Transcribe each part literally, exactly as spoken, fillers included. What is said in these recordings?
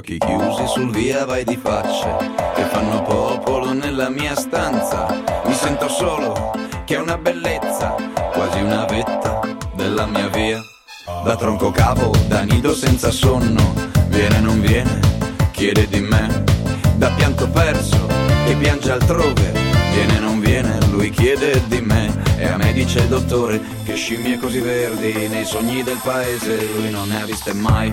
occhi chiusi sul via vai di facce che fanno popolo nella mia stanza. Mi sento solo, che è una bellezza, quasi una vetta della mia via. Da tronco cavo, da nido senza sonno, viene non viene, chiede di me. Da pianto perso, che piange altrove, viene non viene, lui chiede di me. E a me dice il dottore che scimmie così verdi nei sogni del paese lui non ne ha viste mai.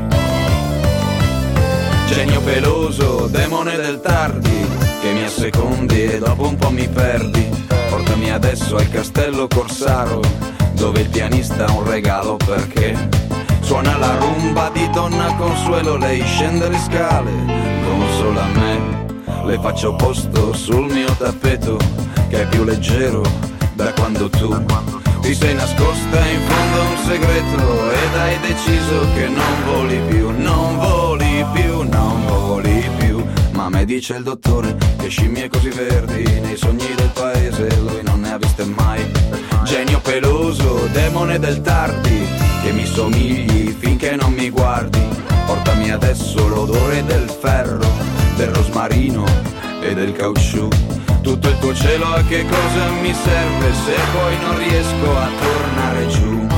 Genio peloso, demone del tardi, che mi assecondi e dopo un po' mi perdi. Portami adesso al castello Corsaro, dove il pianista ha un regalo perché suona la rumba di Donna Consuelo. Lei scende le scale, consola me, le faccio posto sul mio tappeto che è più leggero da quando tu ti sei nascosta in fondo a un segreto ed hai deciso che non voli più, non voli più, non voli più. Ma a me dice il dottore che scimmie così verdi nei sogni del paese lui non ne ha viste mai. Genio peloso, demone del tardi, che mi somigli finché non mi guardi. Portami adesso l'odore del ferro, del rosmarino e del caucciù. Tutto il tuo cielo a che cosa mi serve se poi non riesco a tornare giù.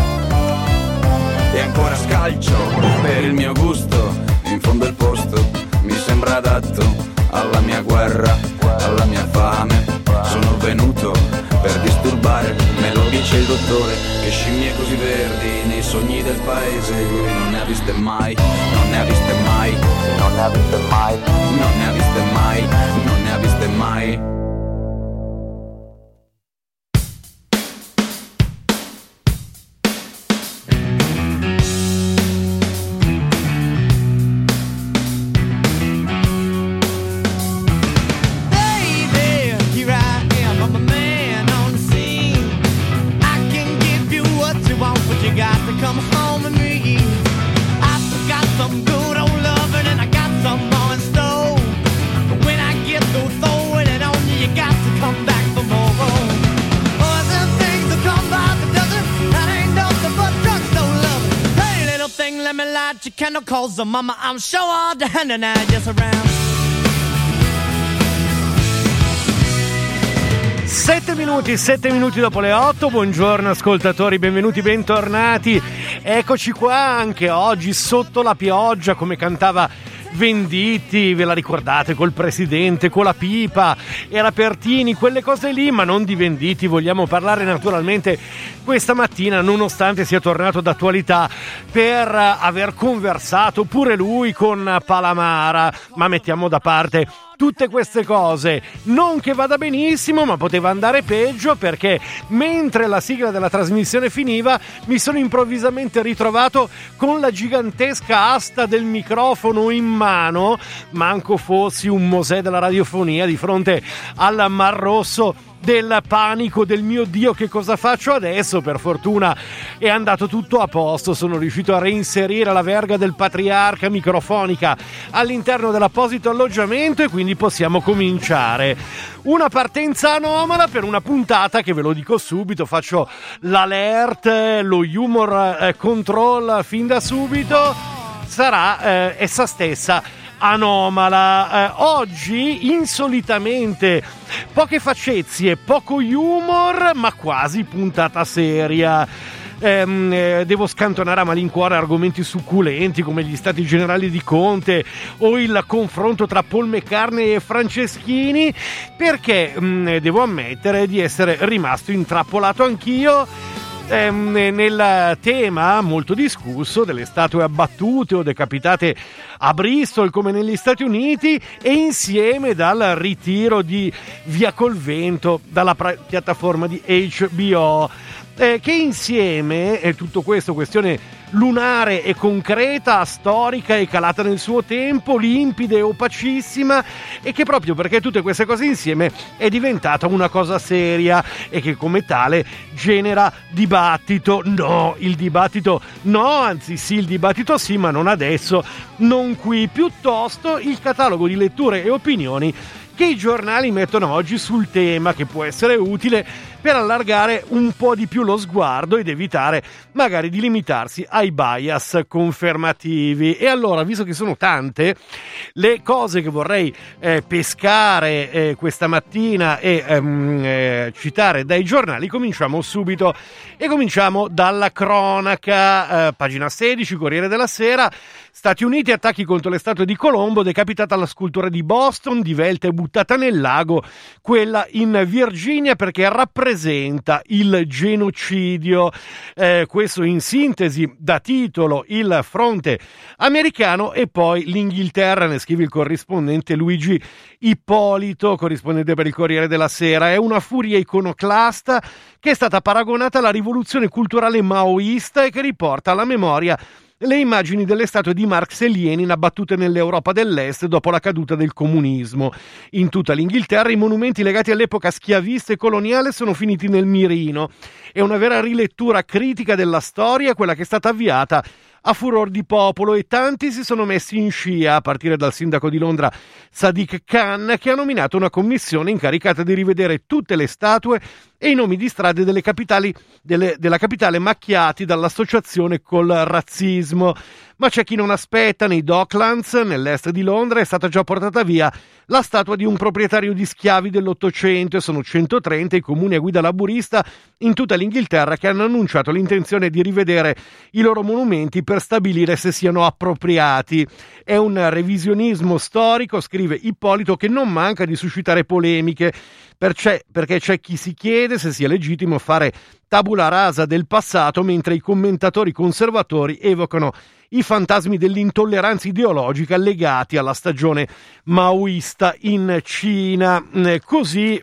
E ancora scalcio per il mio gusto, in fondo il posto mi sembra adatto alla mia guerra, alla mia fame. Sono venuto per disturbare, me lo dice il dottore che scimmie così verdi nei sogni del paese lui non ne ha viste mai, non ne ha viste mai, non ne ha viste mai, non ne ha viste mai, non ne ha viste mai. Calls the mama, I'm sure all the hand and I just around. Sette minuti, sette minuti dopo le otto, buongiorno ascoltatori, benvenuti, bentornati. Eccoci qua anche oggi sotto la pioggia, come cantava Venditti, ve la ricordate, col presidente, con la pipa, era Pertini, quelle cose lì, ma non di Venditti. Vogliamo parlare naturalmente questa mattina, nonostante sia tornato d'attualità, per aver conversato pure lui con Palamara, ma mettiamo da parte tutte queste cose. Non che vada benissimo, ma poteva andare peggio, perché mentre la sigla della trasmissione finiva mi sono improvvisamente ritrovato con la gigantesca asta del microfono in mano, manco fossi un Mosè della radiofonia, di fronte al Mar Rosso del panico, del mio Dio, che cosa faccio adesso? Per fortuna è andato tutto a posto, sono riuscito a reinserire la verga del patriarca microfonica all'interno dell'apposito alloggiamento e quindi possiamo cominciare. Una partenza anomala per una puntata che, ve lo dico subito, faccio l'alert, lo humor eh, control fin da subito, sarà eh, essa stessa anomala. Eh, oggi insolitamente poche faccezie, poco humor, ma quasi puntata seria. Ehm, eh, devo scantonare a malincuore argomenti succulenti come gli stati generali di Conte o il confronto tra Paul McCartney e Franceschini, perché mh, devo ammettere di essere rimasto intrappolato anch'io nel tema molto discusso delle statue abbattute o decapitate a Bristol come negli Stati Uniti, e insieme dal ritiro di Via col Vento dalla pra- piattaforma di H B O, eh, che insieme è tutto questo, questione lunare e concreta, storica e calata nel suo tempo, limpida e opacissima, e che proprio perché tutte queste cose insieme è diventata una cosa seria e che come tale genera dibattito. No, il dibattito no, anzi sì, il dibattito sì, ma non adesso, non qui, piuttosto il catalogo di letture e opinioni che i giornali mettono oggi sul tema, che può essere utile per allargare un po' di più lo sguardo ed evitare magari di limitarsi ai bias confermativi. E allora, visto che sono tante le cose che vorrei eh, pescare eh, questa mattina e ehm, eh, citare dai giornali, cominciamo subito e cominciamo dalla cronaca. Eh, pagina sedici, Corriere della Sera. Stati Uniti, attacchi contro le statue di Colombo, decapitata la scultura di Boston, divelta e buttata nel lago quella in Virginia perché rappresenta il genocidio. Eh, questo in sintesi dà titolo il fronte americano. E poi l'Inghilterra, ne scrive il corrispondente Luigi Ippolito, corrispondente per il Corriere della Sera. È una furia iconoclasta che è stata paragonata alla rivoluzione culturale maoista e che riporta alla memoria le immagini delle statue di Marx e Lenin abbattute nell'Europa dell'Est dopo la caduta del comunismo. In tutta l'Inghilterra i monumenti legati all'epoca schiavista e coloniale sono finiti nel mirino. È una vera rilettura critica della storia, quella che è stata avviata a furor di popolo, e tanti si sono messi in scia, a partire dal sindaco di Londra Sadiq Khan, che ha nominato una commissione incaricata di rivedere tutte le statue e i nomi di strade delle capitali, delle, della capitale macchiati dall'associazione col razzismo. Ma c'è chi non aspetta. Nei Docklands, nell'est di Londra, è stata già portata via la statua di un proprietario di schiavi dell'Ottocento e sono centotrenta i comuni a guida laburista in tutta l'Inghilterra che hanno annunciato l'intenzione di rivedere i loro monumenti per stabilire se siano appropriati. È un revisionismo storico, scrive Ippolito, che non manca di suscitare polemiche, perché c'è chi si chiede se sia legittimo fare tabula rasa del passato, mentre i commentatori conservatori evocano i fantasmi dell'intolleranza ideologica legati alla stagione maoista in Cina. Così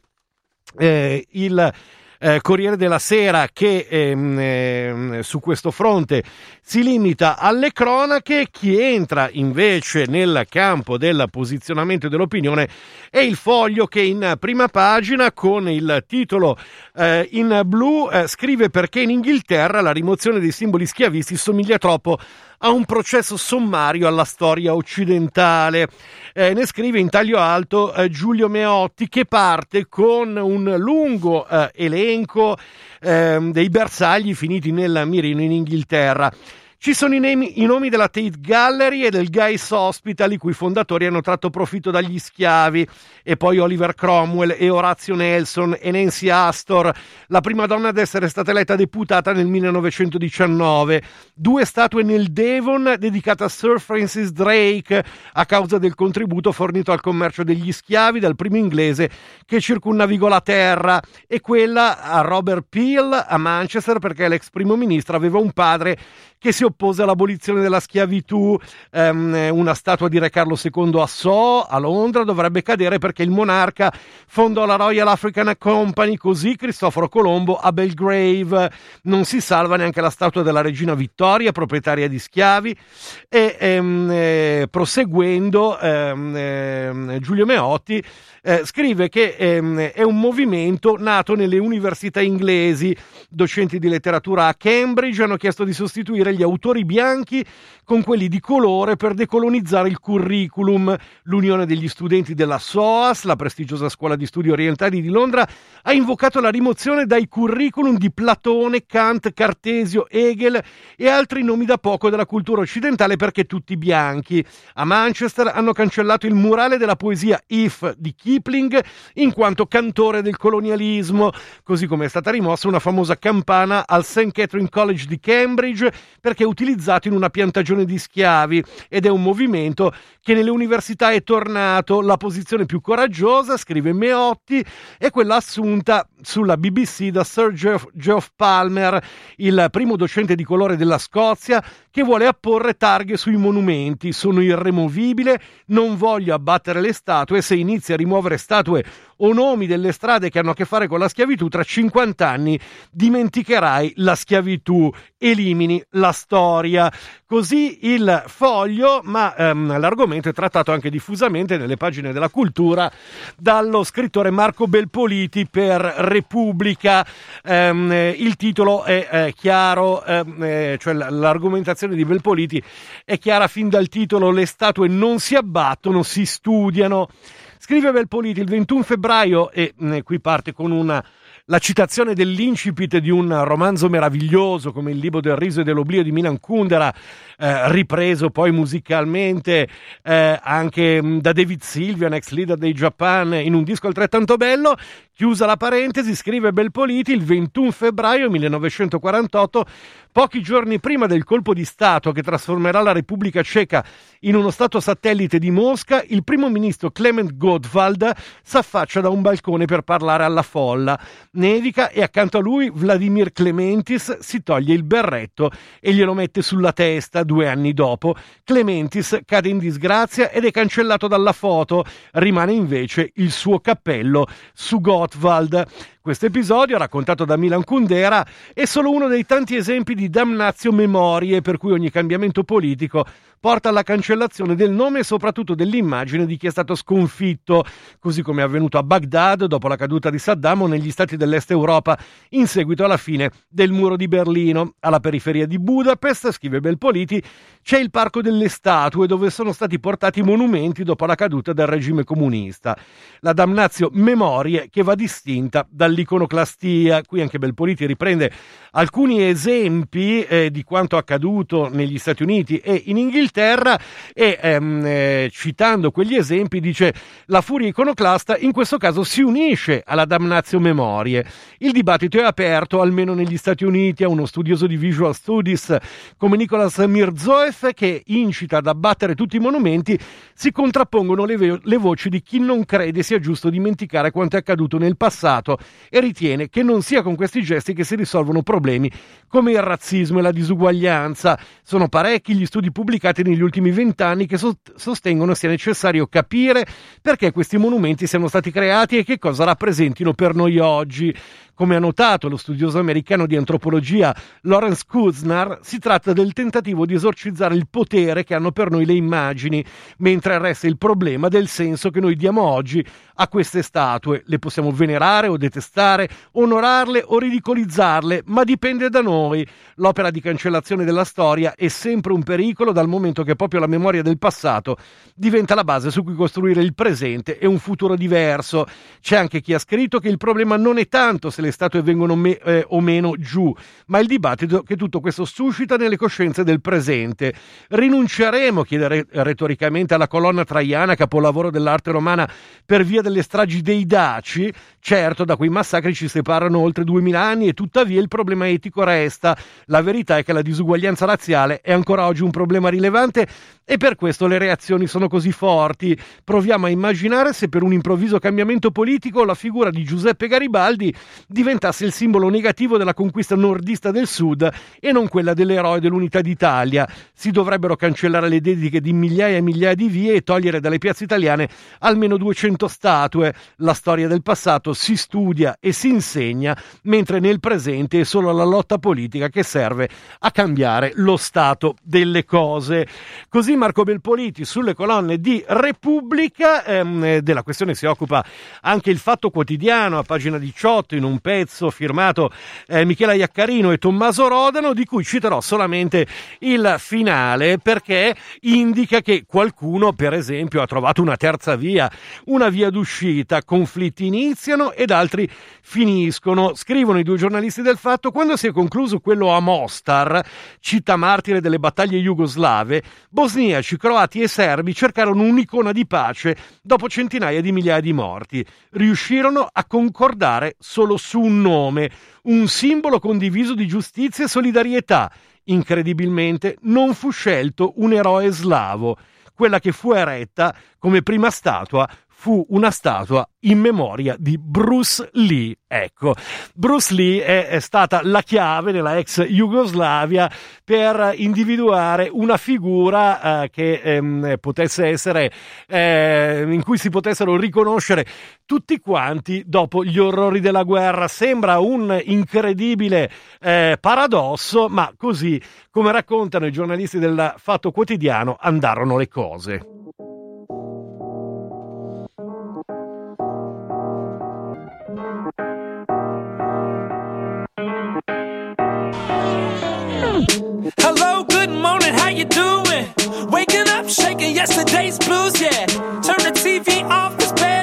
eh, il eh, Corriere della Sera, che ehm, eh, su questo fronte si limita alle cronache. Chi entra invece nel campo del posizionamento e dell'opinione è il Foglio, che in prima pagina, con il titolo eh, in blu, eh, scrive: perché in Inghilterra la rimozione dei simboli schiavisti somiglia troppo a un processo sommario alla storia occidentale. Eh, ne scrive in taglio alto eh, Giulio Meotti, che parte con un lungo eh, elenco eh, dei bersagli finiti nel mirino in Inghilterra. Ci sono i, nemi, i nomi della Tate Gallery e del Guy's Hospital, i cui fondatori hanno tratto profitto dagli schiavi, e poi Oliver Cromwell e Orazio Nelson e Nancy Astor, la prima donna ad essere stata eletta deputata nel millenovecentodiciannove. Due statue nel Devon dedicate a Sir Francis Drake a causa del contributo fornito al commercio degli schiavi dal primo inglese che circumnavigò la terra, e quella a Robert Peel a Manchester perché l'ex primo ministro aveva un padre che si oppose all'abolizione della schiavitù. Um, una statua di Re Carlo secondo a Soho, a Londra, dovrebbe cadere perché il monarca fondò la Royal African Company, così Cristoforo Colombo a Belgrave. Non si salva neanche la statua della regina Vittoria, proprietaria di schiavi. E um, eh, proseguendo, um, eh, Giulio Meotti eh, scrive che eh, è un movimento nato nelle università inglesi. Docenti di letteratura a Cambridge hanno chiesto di sostituire gli autori bianchi con quelli di colore per decolonizzare il curriculum. L'Unione degli studenti della S O A S, la prestigiosa scuola di studi orientali di Londra, ha invocato la rimozione dai curriculum di Platone, Kant, Cartesio, Hegel e altri nomi da poco della cultura occidentale perché tutti bianchi. A Manchester hanno cancellato il murale della poesia If di Kipling in quanto cantore del colonialismo, così come è stata rimossa una famosa campana al Saint Catherine College di Cambridge perché è utilizzato in una piantagione di schiavi, ed è un movimento che nelle università è tornato. La posizione più coraggiosa, scrive Meotti, è quella assunta sulla B B C da Sir Geoff, Geoff Palmer, il primo docente di colore della Scozia, che vuole apporre targhe sui monumenti. Sono irremovibile, non voglio abbattere le statue. Se inizi a rimuovere statue o nomi delle strade che hanno a che fare con la schiavitù, tra cinquanta anni dimenticherai la schiavitù, elimini la storia. Così il Foglio, ma ehm, l'argomento è trattato anche diffusamente nelle pagine della cultura dallo scrittore Marco Belpoliti per Repubblica. Ehm, il titolo è eh, chiaro, ehm, eh, cioè l'argomentazione di Belpoliti è chiara fin dal titolo: le statue non si abbattono, si studiano. Scrive Belpoliti il ventuno febbraio, e eh, qui parte con una la citazione dell'incipit di un romanzo meraviglioso come Il libro del riso e dell'oblio di Milan Kundera, eh, ripreso poi musicalmente eh, anche mh, da David Sylvian, ex leader dei Japan, in un disco altrettanto bello. Chiusa la parentesi, scrive Belpoliti il ventuno febbraio millenovecentoquarantotto, pochi giorni prima del colpo di Stato che trasformerà la Repubblica Ceca in uno Stato satellite di Mosca, il primo ministro Klement Gottwald s'affaccia da un balcone per parlare alla folla. Nevica e accanto a lui Vladimir Klementis si toglie il berretto e glielo mette sulla testa. Due anni dopo Klementis cade in disgrazia ed è cancellato dalla foto, rimane invece il suo cappello su Gottwald. Questo episodio, raccontato da Milan Kundera, è solo uno dei tanti esempi di damnatio memoriae per cui ogni cambiamento politico porta alla cancellazione del nome e soprattutto dell'immagine di chi è stato sconfitto, così come è avvenuto a Baghdad dopo la caduta di Saddam o negli stati dell'Est Europa in seguito alla fine del muro di Berlino. Alla periferia di Budapest, scrive Belpoliti, c'è il Parco delle Statue dove sono stati portati i monumenti dopo la caduta del regime comunista. La damnatio memoriae che va distinta dall'iconoclastia. Qui anche Belpoliti riprende alcuni esempi eh, di quanto accaduto negli Stati Uniti e in Inghilterra e ehm, eh, citando quegli esempi dice: la furia iconoclasta in questo caso si unisce alla damnatio memoriae. Il dibattito è aperto almeno negli Stati Uniti a uno studioso di visual studies come Nicholas Mirzoeff, che incita ad abbattere tutti i monumenti. Si contrappongono le, vo- le voci di chi non crede sia giusto dimenticare quanto è accaduto nel passato e ritiene che non sia con questi gesti che si risolvono problemi come il razzismo e la disuguaglianza. Sono parecchi gli studi pubblicati negli ultimi vent'anni che so- sostengono sia necessario capire perché questi monumenti siano stati creati e che cosa rappresentino per noi oggi. Come ha notato lo studioso americano di antropologia Lawrence Kutzner, si tratta del tentativo di esorcizzare il potere che hanno per noi le immagini, mentre resta il problema del senso che noi diamo oggi a queste statue. Le possiamo venerare o detestare, onorarle o ridicolizzarle, ma dipende da noi. L'opera di cancellazione della storia è sempre un pericolo, dal momento che proprio la memoria del passato diventa la base su cui costruire il presente e un futuro diverso. C'è anche chi ha scritto che il problema non è tanto se le statue vengono me- eh, o meno giù, ma il dibattito che tutto questo suscita nelle coscienze del presente. Rinunceremo, chiede retoricamente, alla colonna traiana, capolavoro dell'arte romana, per via delle stragi dei Daci? Certo, da quei massacri ci separano oltre duemila anni e tuttavia il problema etico resta. La verità è che la disuguaglianza razziale è ancora oggi un problema rilevante e per questo le reazioni sono così forti. Proviamo a immaginare se per un improvviso cambiamento politico la figura di Giuseppe Garibaldi diventasse il simbolo negativo della conquista nordista del Sud e non quella dell'eroe dell'unità d'Italia. Si dovrebbero cancellare le dediche di migliaia e migliaia di vie e togliere dalle piazze italiane almeno duecento statue. La storia del passato si studia e si insegna, mentre nel presente è solo la lotta politica che serve a cambiare lo stato delle cose. Così Marco Belpoliti sulle colonne di Repubblica. Ehm, della questione si occupa anche il Fatto Quotidiano a pagina diciotto in un pezzo firmato eh, Michela Iaccarino e Tommaso Rodano, di cui citerò solamente il finale perché indica che qualcuno, per esempio, ha trovato una terza via, una via d'uscita. Conflitti iniziano ed altri finiscono. Scrivono i due giornalisti del Fatto: quando si è concluso quello a Mostar, città martire delle battaglie jugoslave, bosniaci, croati e serbi cercarono un'icona di pace dopo centinaia di migliaia di morti. Riuscirono a concordare solo su un nome, un simbolo condiviso di giustizia e solidarietà. Incredibilmente non fu scelto un eroe slavo. Quella che fu eretta come prima statua fu una statua in memoria di Bruce Lee. Ecco, Bruce Lee è, è stata la chiave nella ex Jugoslavia per individuare una figura eh, che ehm, potesse essere, eh, in cui si potessero riconoscere tutti quanti dopo gli orrori della guerra. Sembra un incredibile eh, paradosso, ma così, come raccontano i giornalisti del Fatto Quotidiano, andarono le cose. Hello, good morning, how you doing? Waking up, shaking yesterday's blues, yeah. Turn the T V off, it's bad.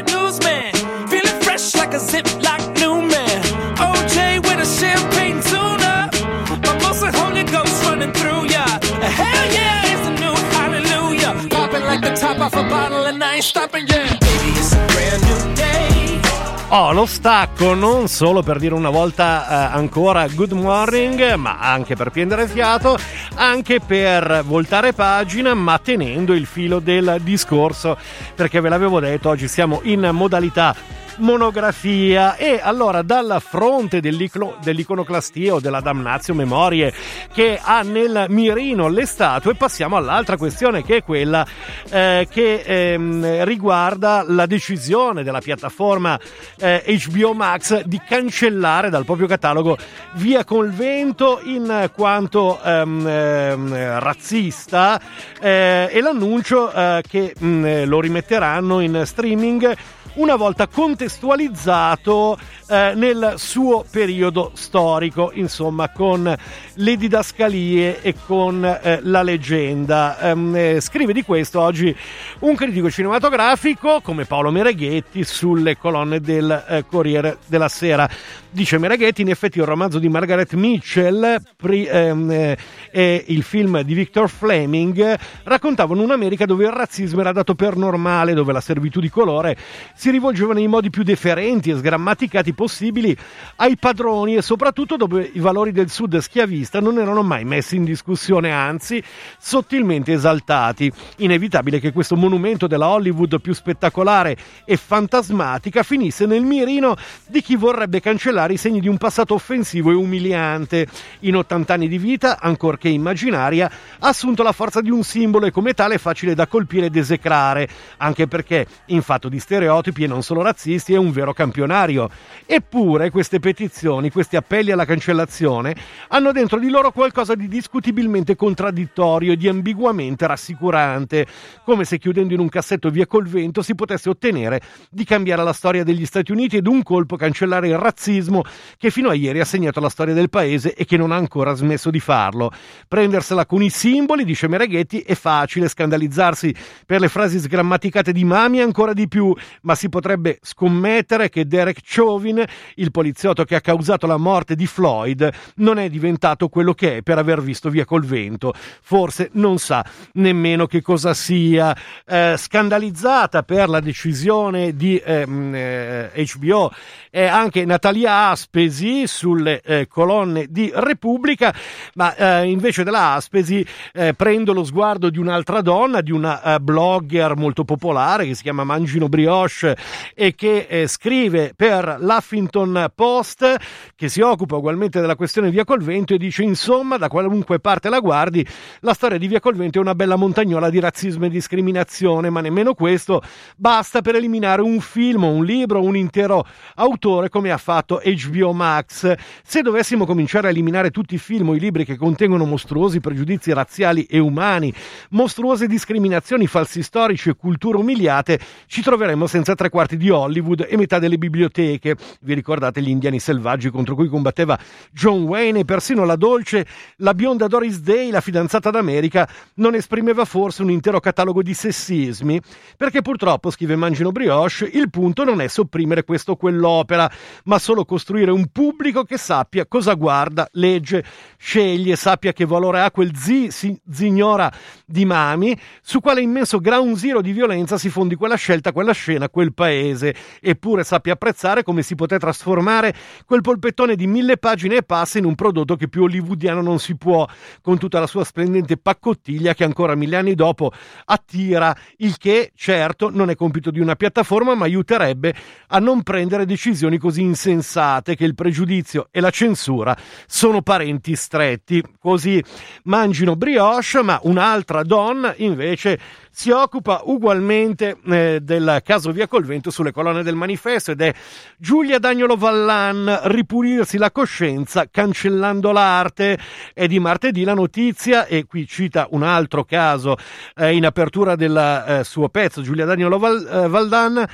ain't stopping yet. Baby, it's a brand new day. Oh, lo stacco non solo per dire una volta eh, ancora good morning, ma anche per prendere fiato, anche per voltare pagina, ma tenendo il filo del discorso, perché ve l'avevo detto, oggi siamo in modalità monografia. E allora, dal fronte dell'icono, dell'iconoclastia o della damnatio memorie che ha nel mirino le statue, passiamo all'altra questione, che è quella eh, che ehm, riguarda la decisione della piattaforma eh, H B O Max di cancellare dal proprio catalogo Via col Vento in quanto ehm, ehm, razzista eh, e l'annuncio eh, che mh, lo rimetteranno in streaming una volta contestualizzato eh, nel suo periodo storico, insomma, con le didascalie e con eh, la leggenda. Ehm, eh, scrive di questo oggi un critico cinematografico come Paolo Mereghetti sulle colonne del eh, Corriere della Sera. Dice Mereghetti: in effetti il romanzo di Margaret Mitchell pri, ehm, eh, e il film di Victor Fleming raccontavano un'America dove il razzismo era dato per normale, dove la servitù di colore si rivolgeva nei modi più deferenti e sgrammaticati possibili ai padroni, e soprattutto dove i valori del sud schiavista non erano mai messi in discussione, anzi sottilmente esaltati. Inevitabile che questo monumento della Hollywood più spettacolare e fantasmatica finisse nel mirino di chi vorrebbe cancellare i segni di un passato offensivo e umiliante. In ottanta anni di vita, ancorché immaginaria, ha assunto la forza di un simbolo e come tale è facile da colpire ed esecrare, anche perché in fatto di stereotipi e non solo razzisti è un vero campionario. Eppure queste petizioni, questi appelli alla cancellazione hanno dentro di loro qualcosa di discutibilmente contraddittorio e di ambiguamente rassicurante, come se chiudendo in un cassetto Via col Vento si potesse ottenere di cambiare la storia degli Stati Uniti e d'un colpo cancellare il razzismo che fino a ieri ha segnato la storia del paese e che non ha ancora smesso di farlo. Prendersela con i simboli, dice Mereghetti, è facile, scandalizzarsi per le frasi sgrammaticate di Mami ancora di più, ma si potrebbe scommettere che Derek Chauvin, il poliziotto che ha causato la morte di Floyd, non è diventato quello che è per aver visto Via col Vento. Forse non sa nemmeno che cosa sia. Eh, scandalizzata per la decisione di ehm, eh, H B O è anche Natalia Aspesi sulle eh, colonne di Repubblica, ma eh, invece della Aspesi eh, prendo lo sguardo di un'altra donna, di una eh, blogger molto popolare che si chiama Mangino Brioche e che eh, scrive per l'Huffington Post, che si occupa ugualmente della questione Via col Vento, e dice: insomma, da qualunque parte la guardi, la storia di Via col Vento è una bella montagnola di razzismo e discriminazione, ma nemmeno questo basta per eliminare un film, un libro, un intero autore come ha fatto H B O Max. Se dovessimo cominciare a eliminare tutti i film o i libri che contengono mostruosi pregiudizi razziali e umani, mostruose discriminazioni, falsi storici e culture umiliate, ci troveremmo senza tre quarti di Hollywood e metà delle biblioteche. Vi ricordate gli indiani selvaggi contro cui combatteva John Wayne? E persino la dolce, la bionda Doris Day, la fidanzata d'America, non esprimeva forse un intero catalogo di sessismi? Perché purtroppo, scrive Mangino Brioche, il punto non è sopprimere questo o quell'opera, ma solo costruire un pubblico che sappia cosa guarda, legge, sceglie, sappia che valore ha quel zi, si, zignora di Mami, su quale immenso ground zero di violenza si fondi quella scelta, quella scena, quel paese, eppure sappia apprezzare come si poté trasformare quel polpettone di mille pagine e passa in un prodotto che più hollywoodiano non si può, con tutta la sua splendente paccottiglia che ancora mille anni dopo attira, il che certo non è compito di una piattaforma, ma aiuterebbe a non prendere decisioni così insensate che il pregiudizio e la censura sono parenti stretti. Così Mangino Brioche, ma un'altra donna invece si occupa ugualmente eh, del caso Via col Vento sulle colonne del Manifesto, ed è Giulia Dagnolo Vallan. Ripulirsi la coscienza cancellando l'arte. È di martedì la notizia, e qui cita un altro caso eh, in apertura del eh, suo pezzo. Giulia Dagnolo Val, eh, Valdan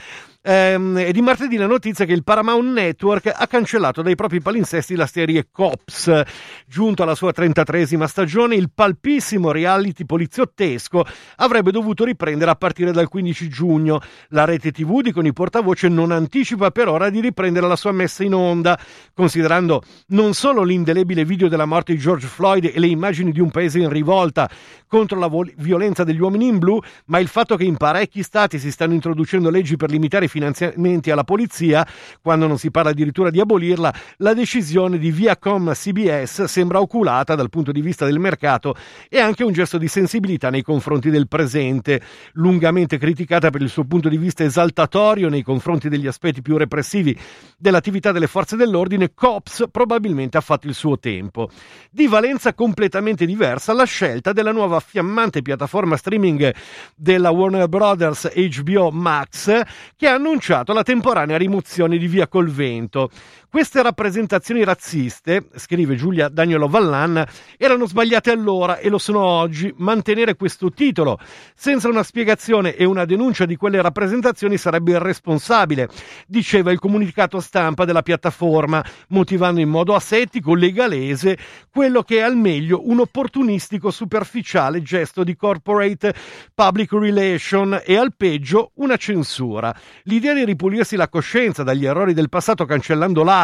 Ehm, e di martedì la notizia che il Paramount Network ha cancellato dai propri palinsesti la serie Cops. Giunto alla sua trentatreesima stagione, il palpissimo reality poliziottesco avrebbe dovuto riprendere a partire dal quindici giugno. La rete tivù, dicono i portavoce, non anticipa per ora di riprendere la sua messa in onda, considerando non solo l'indelebile video della morte di George Floyd e le immagini di un paese in rivolta contro la vol- violenza degli uomini in blu, ma il fatto che in parecchi stati si stanno introducendo leggi per limitare i finanziamenti alla polizia, quando non si parla addirittura di abolirla. La decisione di Viacom C B S sembra oculata dal punto di vista del mercato e anche un gesto di sensibilità nei confronti del presente. Lungamente criticata per il suo punto di vista esaltatorio nei confronti degli aspetti più repressivi dell'attività delle forze dell'ordine, Cops probabilmente ha fatto il suo tempo. Di valenza completamente diversa la scelta della nuova fiammante piattaforma streaming della Warner Brothers H B O Max, che ha annunciato la temporanea rimozione di Via col Vento. Queste rappresentazioni razziste, scrive Giulia Danielo Vallan, erano sbagliate allora e lo sono oggi. Mantenere questo titolo senza una spiegazione e una denuncia di quelle rappresentazioni sarebbe irresponsabile, diceva il comunicato stampa della piattaforma, motivando in modo asettico, legalese, quello che è al meglio un opportunistico superficiale gesto di corporate public relation e al peggio una censura. L'idea di ripulirsi la coscienza dagli errori del passato cancellando l'arte,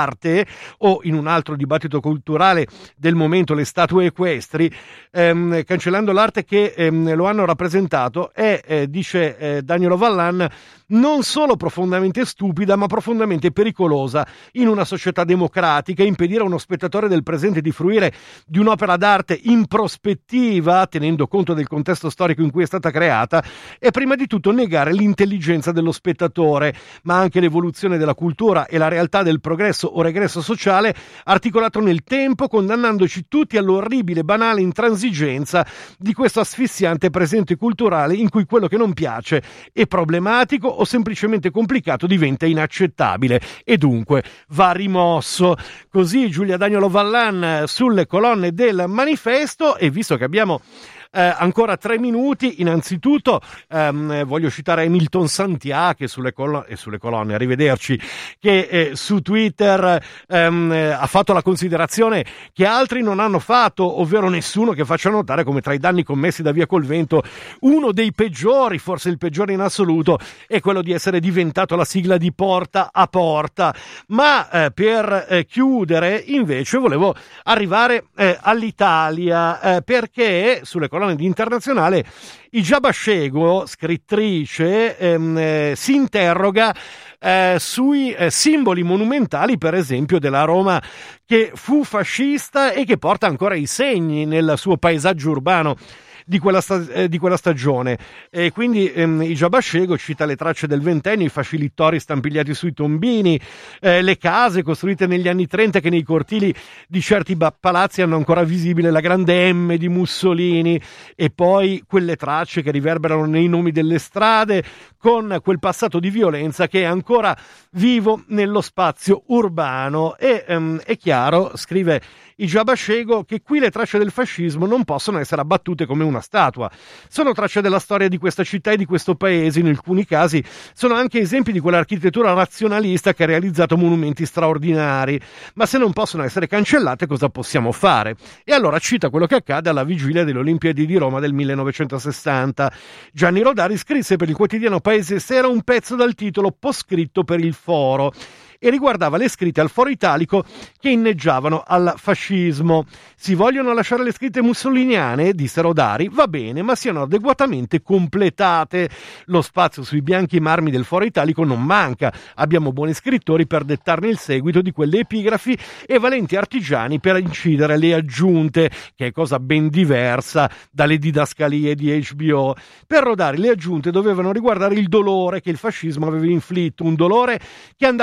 o in un altro dibattito culturale del momento le statue equestri, ehm, cancellando l'arte che ehm, lo hanno rappresentato, è, eh, dice eh, Danielo Vallan, non solo profondamente stupida ma profondamente pericolosa in una società democratica. Impedire a uno spettatore del presente di fruire di un'opera d'arte in prospettiva, tenendo conto del contesto storico in cui è stata creata, è prima di tutto negare l'intelligenza dello spettatore, ma anche l'evoluzione della cultura e la realtà del progresso o regresso sociale articolato nel tempo, condannandoci tutti all'orribile banale intransigenza di questo asfissiante presente culturale in cui quello che non piace è problematico o semplicemente complicato diventa inaccettabile e dunque va rimosso. Così Giulia Danielo Vallan sulle colonne del manifesto. E visto che abbiamo Eh, ancora tre minuti, innanzitutto ehm, voglio citare Hamilton Santià che sulle, colo- e sulle colonne, arrivederci, che eh, su Twitter ehm, eh, ha fatto la considerazione che altri non hanno fatto, ovvero nessuno che faccia notare come tra i danni commessi da Via col Vento uno dei peggiori, forse il peggiore in assoluto, è quello di essere diventato la sigla di Porta a Porta. Ma eh, per eh, chiudere invece volevo arrivare eh, all'Italia, eh, perché sulle colonne di Internazionale Ijaba Shego, scrittrice, ehm, eh, si interroga eh, sui eh, simboli monumentali, per esempio della Roma che fu fascista e che porta ancora i segni nel suo paesaggio urbano di quella, sta- eh, di quella stagione. E quindi ehm, Ijaba Shego cita le tracce del ventennio, i fasci littori stampigliati sui tombini, eh, le case costruite negli anni trenta che nei cortili di certi ba- palazzi hanno ancora visibile la grande M di Mussolini, e poi quelle tracce che riverberano nei nomi delle strade con quel passato di violenza che è ancora vivo nello spazio urbano. E ehm, è chiaro, scrive Ijaba Shego, che qui le tracce del fascismo non possono essere abbattute come una statua. Sono tracce della storia di questa città e di questo paese. In alcuni casi sono anche esempi di quell'architettura razionalista che ha realizzato monumenti straordinari. Ma se non possono essere cancellate, cosa possiamo fare? E allora cita quello che accade alla vigilia delle Olimpiadi di Roma del millenovecentosessanta. Gianni Rodari scrisse per il quotidiano Paese Sera un pezzo dal titolo poscritto per il Foro e riguardava le scritte al foro italico che inneggiavano al fascismo. Si vogliono lasciare le scritte mussoliniane, disse Rodari, va bene, ma siano adeguatamente completate. Lo spazio sui bianchi marmi del foro italico non manca. Abbiamo buoni scrittori per dettarne il seguito di quelle epigrafi e valenti artigiani per incidere le aggiunte, che è cosa ben diversa dalle didascalie di H B O. Per Rodari le aggiunte dovevano riguardare il dolore che il fascismo aveva inflitto, un dolore che andava ricordato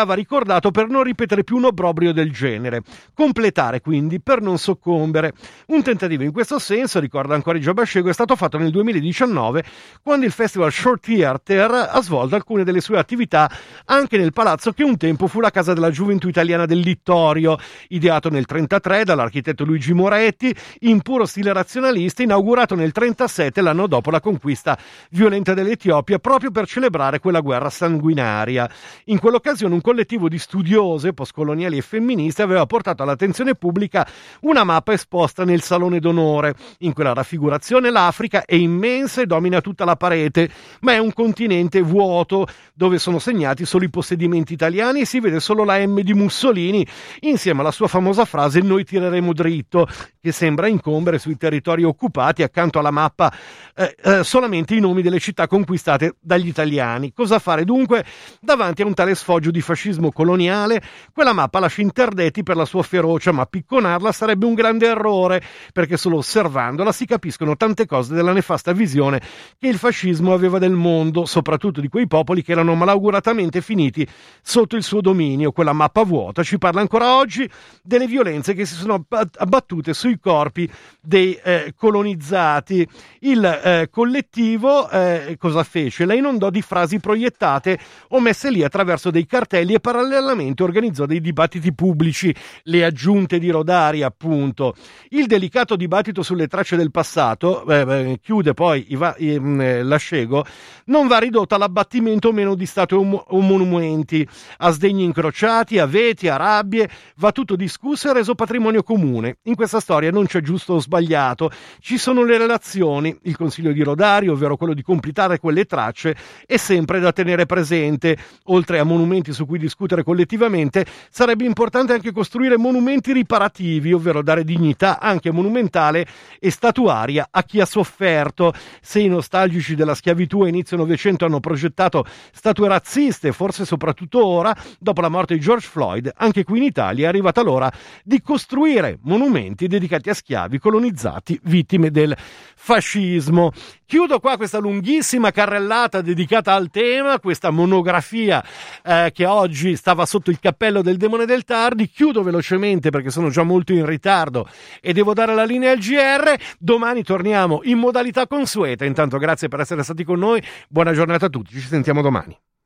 ricordato per non ripetere più un obbrobrio del genere. Completare quindi per non soccombere. Un tentativo in questo senso, ricorda ancora Gio Bascego, è stato fatto nel duemiladiciannove quando il Festival Short Theater ha svolto alcune delle sue attività anche nel palazzo che un tempo fu la casa della gioventù italiana del Littorio, ideato nel trentatré dall'architetto Luigi Moretti, in puro stile razionalista, inaugurato nel trentasette, l'anno dopo la conquista violenta dell'Etiopia, proprio per celebrare quella guerra sanguinaria. In quell'occasione un collettivo di studiose postcoloniali e femministe aveva portato all'attenzione pubblica una mappa esposta nel salone d'onore. In quella raffigurazione l'Africa è immensa e domina tutta la parete, ma è un continente vuoto dove sono segnati solo i possedimenti italiani e si vede solo la M di Mussolini insieme alla sua famosa frase "noi tireremo dritto", che sembra incombere sui territori occupati accanto alla mappa eh, eh, solamente i nomi delle città conquistate dagli italiani. Cosa fare dunque davanti a un tale sfoggio di fascismo coloniale? Quella mappa lascia interdetti per la sua ferocia, ma picconarla sarebbe un grande errore, perché solo osservandola si capiscono tante cose della nefasta visione che il fascismo aveva del mondo, soprattutto di quei popoli che erano malauguratamente finiti sotto il suo dominio. Quella mappa vuota ci parla ancora oggi delle violenze che si sono abbattute sui corpi dei eh, colonizzati. Il eh, collettivo eh, cosa fece? La inondò di frasi proiettate o messe lì attraverso dei cartelli e parallelamente organizzò dei dibattiti pubblici, le aggiunte di Rodari appunto. Il delicato dibattito sulle tracce del passato, eh, chiude poi Iva, eh, Lascego, non va ridotto all'abbattimento o meno di statue o, o monumenti, a sdegni incrociati, a veti, a rabbie, va tutto discusso e reso patrimonio comune. In questa storia non c'è giusto o sbagliato, ci sono le relazioni. Il consiglio di Rodari, ovvero quello di completare quelle tracce, è sempre da tenere presente. Oltre a monumenti su cui discutere collettivamente, sarebbe importante anche costruire monumenti riparativi, ovvero dare dignità anche monumentale e statuaria a chi ha sofferto. Se i nostalgici della schiavitù a inizio Novecento hanno progettato statue razziste, forse soprattutto ora, dopo la morte di George Floyd, anche qui in Italia è arrivata l'ora di costruire monumenti dedicati a schiavi colonizzati, vittime del fascismo. Chiudo qua questa lunghissima carrellata dedicata al tema, questa monografia eh, che oggi stava sotto il cappello del Demone del Tardi. Chiudo velocemente perché sono già molto in ritardo e devo dare la linea al G R. Domani torniamo in modalità consueta. Intanto grazie per essere stati con noi, buona giornata a tutti, ci sentiamo domani.